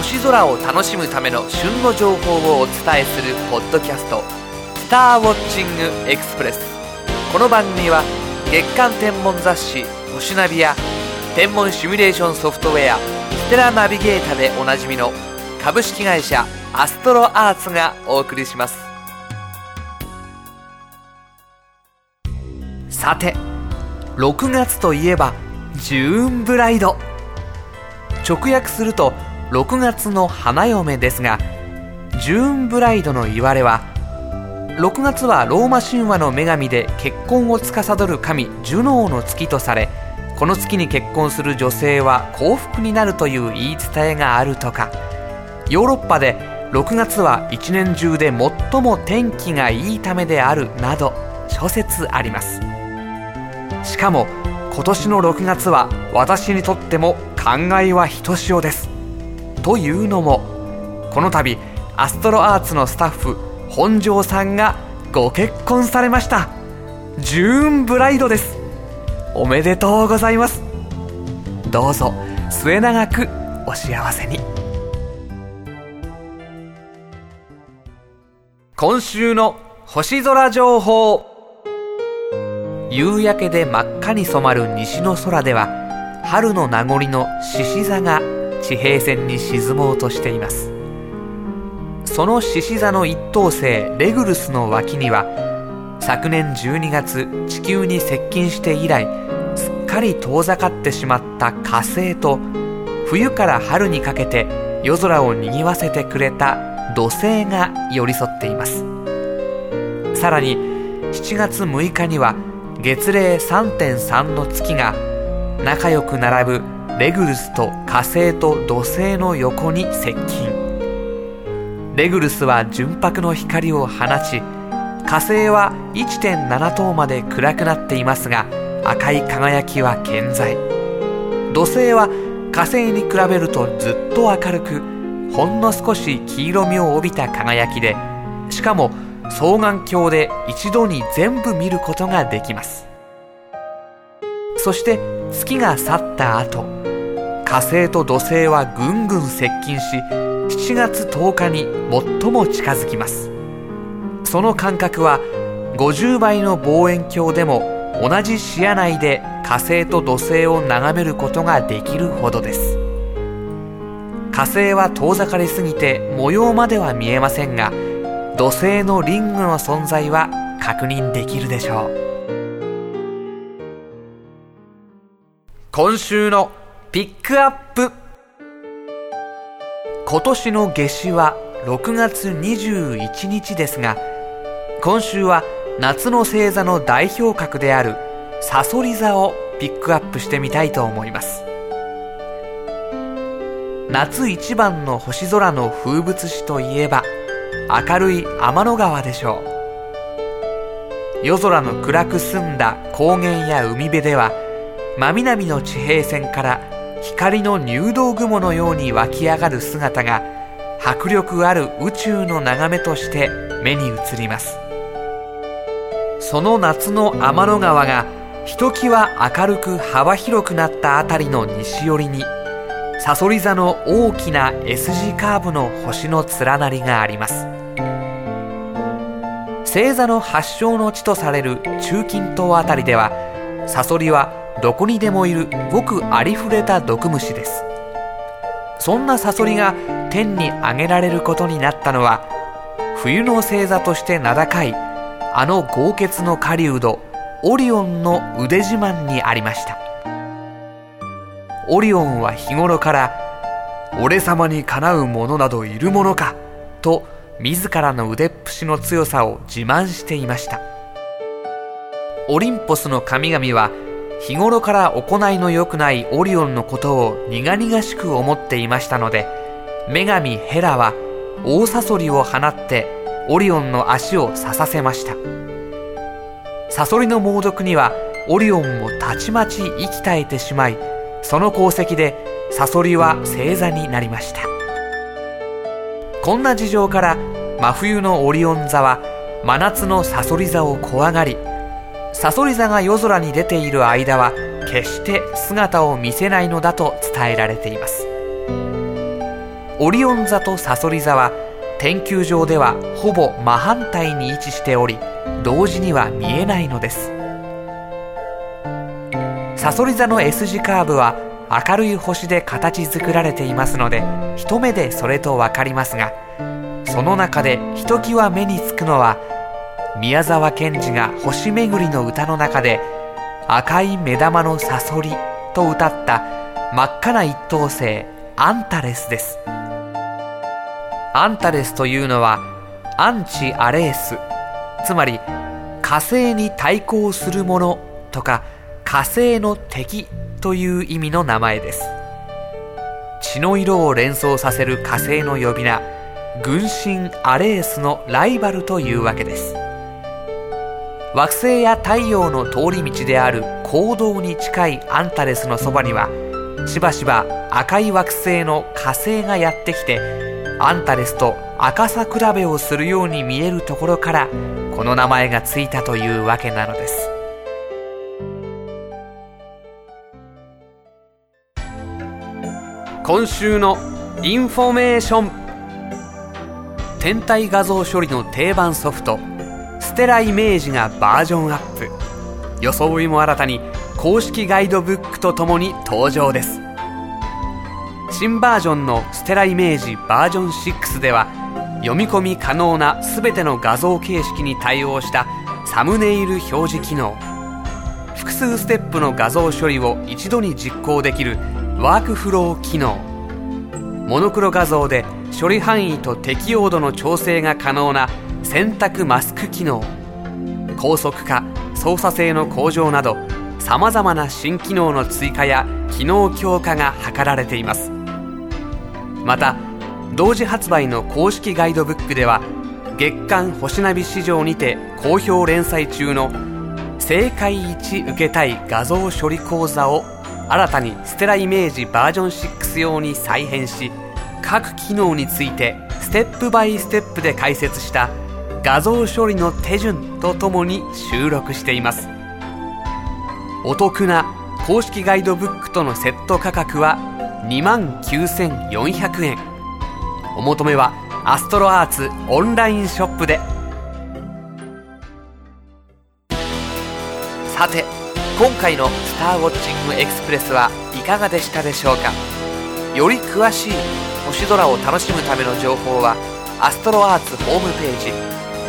星空を楽しむための旬の情報をお伝えするポッドキャスト、スターウォッチングエクスプレス。この番組は月間天文雑誌星ナビや天文シミュレーションソフトウェアステラナビゲータでおなじみの株式会社アストロアーツがお送りします。さて、6月といえばジューンブライド、直訳すると6月の花嫁ですが、ジューンブライドの言われは、6月はローマ神話の女神で結婚を司る神ジュノーの月とされ、この月に結婚する女性は幸福になるという言い伝えがあるとか、ヨーロッパで6月は一年中で最も天気がいいためであるなど諸説あります。しかも今年の6月は私にとっても感慨はひとしおです。というのも、この度アストロアーツのスタッフ本庄さんがご結婚されました。ジューンブライドです。おめでとうございます。どうぞ末永くお幸せに。今週の星空情報。夕焼けで真っ赤に染まる西の空では、春の名残の獅子座が地平線に沈もうとしています。その獅子座の一等星レグルスの脇には、昨年12月地球に接近して以来すっかり遠ざかってしまった火星と、冬から春にかけて夜空を賑わせてくれた土星が寄り添っています。さらに7月6日には月齢 3.3 の月が仲良く並ぶレグルスと火星と土星の横に接近。レグルスは純白の光を放ち、火星は 1.7 等まで暗くなっていますが、赤い輝きは健在。土星は火星に比べるとずっと明るく、ほんの少し黄色みを帯びた輝きで、しかも双眼鏡で一度に全部見ることができます。そして月が去った後、火星と土星はぐんぐん接近し、7月10日に最も近づきます。その間隔は50倍の望遠鏡でも同じ視野内で火星と土星を眺めることができるほどです。火星は遠ざかりすぎて模様までは見えませんが、土星のリングの存在は確認できるでしょう。今週のピックアップ。今年の夏至は6月21日ですが、今週は夏の星座の代表格であるさそり座をピックアップしてみたいと思います。夏一番の星空の風物詩といえば明るい天の川でしょう。夜空の暗く澄んだ高原や海辺では、真南の地平線から光の入道雲のように湧き上がる姿が、迫力ある宇宙の眺めとして目に映ります。その夏の天の川がひときわ明るく幅広くなったあたりの西寄りに、さそり座の大きな S 字カーブの星の連なりがあります。星座の発祥の地とされる中近東あたりでは、さそりはどこにでもいるごくありふれた毒虫です。そんなさそりが天に上げられることになったのは、冬の星座として名高いあの豪傑の狩人オリオンの腕自慢にありました。オリオンは日頃から、俺様にかなう者などいるものかと自らの腕っぷしの強さを自慢していました。オリンポスの神々は日頃から行いの良くないオリオンのことを苦々しく思っていましたので、女神ヘラは大サソリを放ってオリオンの足を刺させました。サソリの猛毒にはオリオンもたちまち息絶えてしまい、その功績でサソリは星座になりました。こんな事情から真冬のオリオン座は真夏のさそり座を怖がり、さそり座が夜空に出ている間は決して姿を見せないのだと伝えられています。 オリオン座とさそり座は天球上ではほぼ真反対に位置しており、同時には見えないのです。さそり座の S 字カーブは明るい星で形作られていますので、一目でそれと分かりますが、その中でひときわ目につくのは、宮沢賢治が星巡りの歌の中で赤い目玉のさそりと歌った真っ赤な一等星アンタレスです。アンタレスというのはアンチアレース、つまり火星に対抗するものとか火星の敵という意味の名前です。血の色を連想させる火星の呼び名、軍神アレースのライバルというわけです。惑星や太陽の通り道である黄道に近いアンタレスのそばには、しばしば赤い惑星の火星がやってきて、アンタレスと赤さ比べをするように見えるところからこの名前がついたというわけなのです。今週のインフォメーション。天体画像処理の定番ソフトステライメージがバージョンアップ。装いも新たに公式ガイドブックとともに登場です。新バージョンのステライメージバージョン6では、読み込み可能なすべての画像形式に対応したサムネイル表示機能、複数ステップの画像処理を一度に実行できるワークフロー機能、モノクロ画像で処理範囲と適用度の調整が可能な選択マスク機能、高速化操作性の向上など、さまざまな新機能の追加や機能強化が図られています。また同時発売の公式ガイドブックでは、月刊星ナビ市場にて好評連載中の世界一受けたい画像処理講座を新たにステライメージバージョン6用に再編し、各機能についてステップバイステップで解説した画像処理の手順とともに収録しています。お得な公式ガイドブックとのセット価格は29,400円。お求めはアストロアーツオンラインショップで。さて、今回のスターウォッチングエクスプレスはいかがでしたでしょうか。より詳しい星空を楽しむための情報はアストロアーツホームページ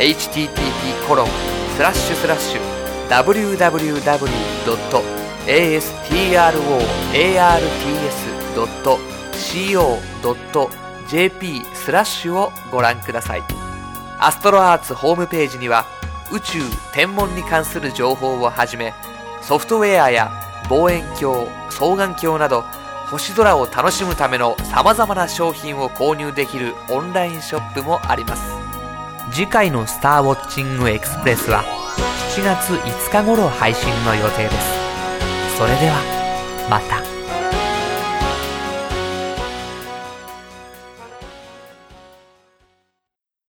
http://www.astrarts.co.jp/ をご覧ください。アストロアーツホームページには宇宙天文に関する情報をはじめ、ソフトウェアや望遠鏡、双眼鏡など星空を楽しむためのさまざまな商品を購入できるオンラインショップもあります。次回のスターウォッチングエクスプレスは7月5日頃配信の予定です。それではまた。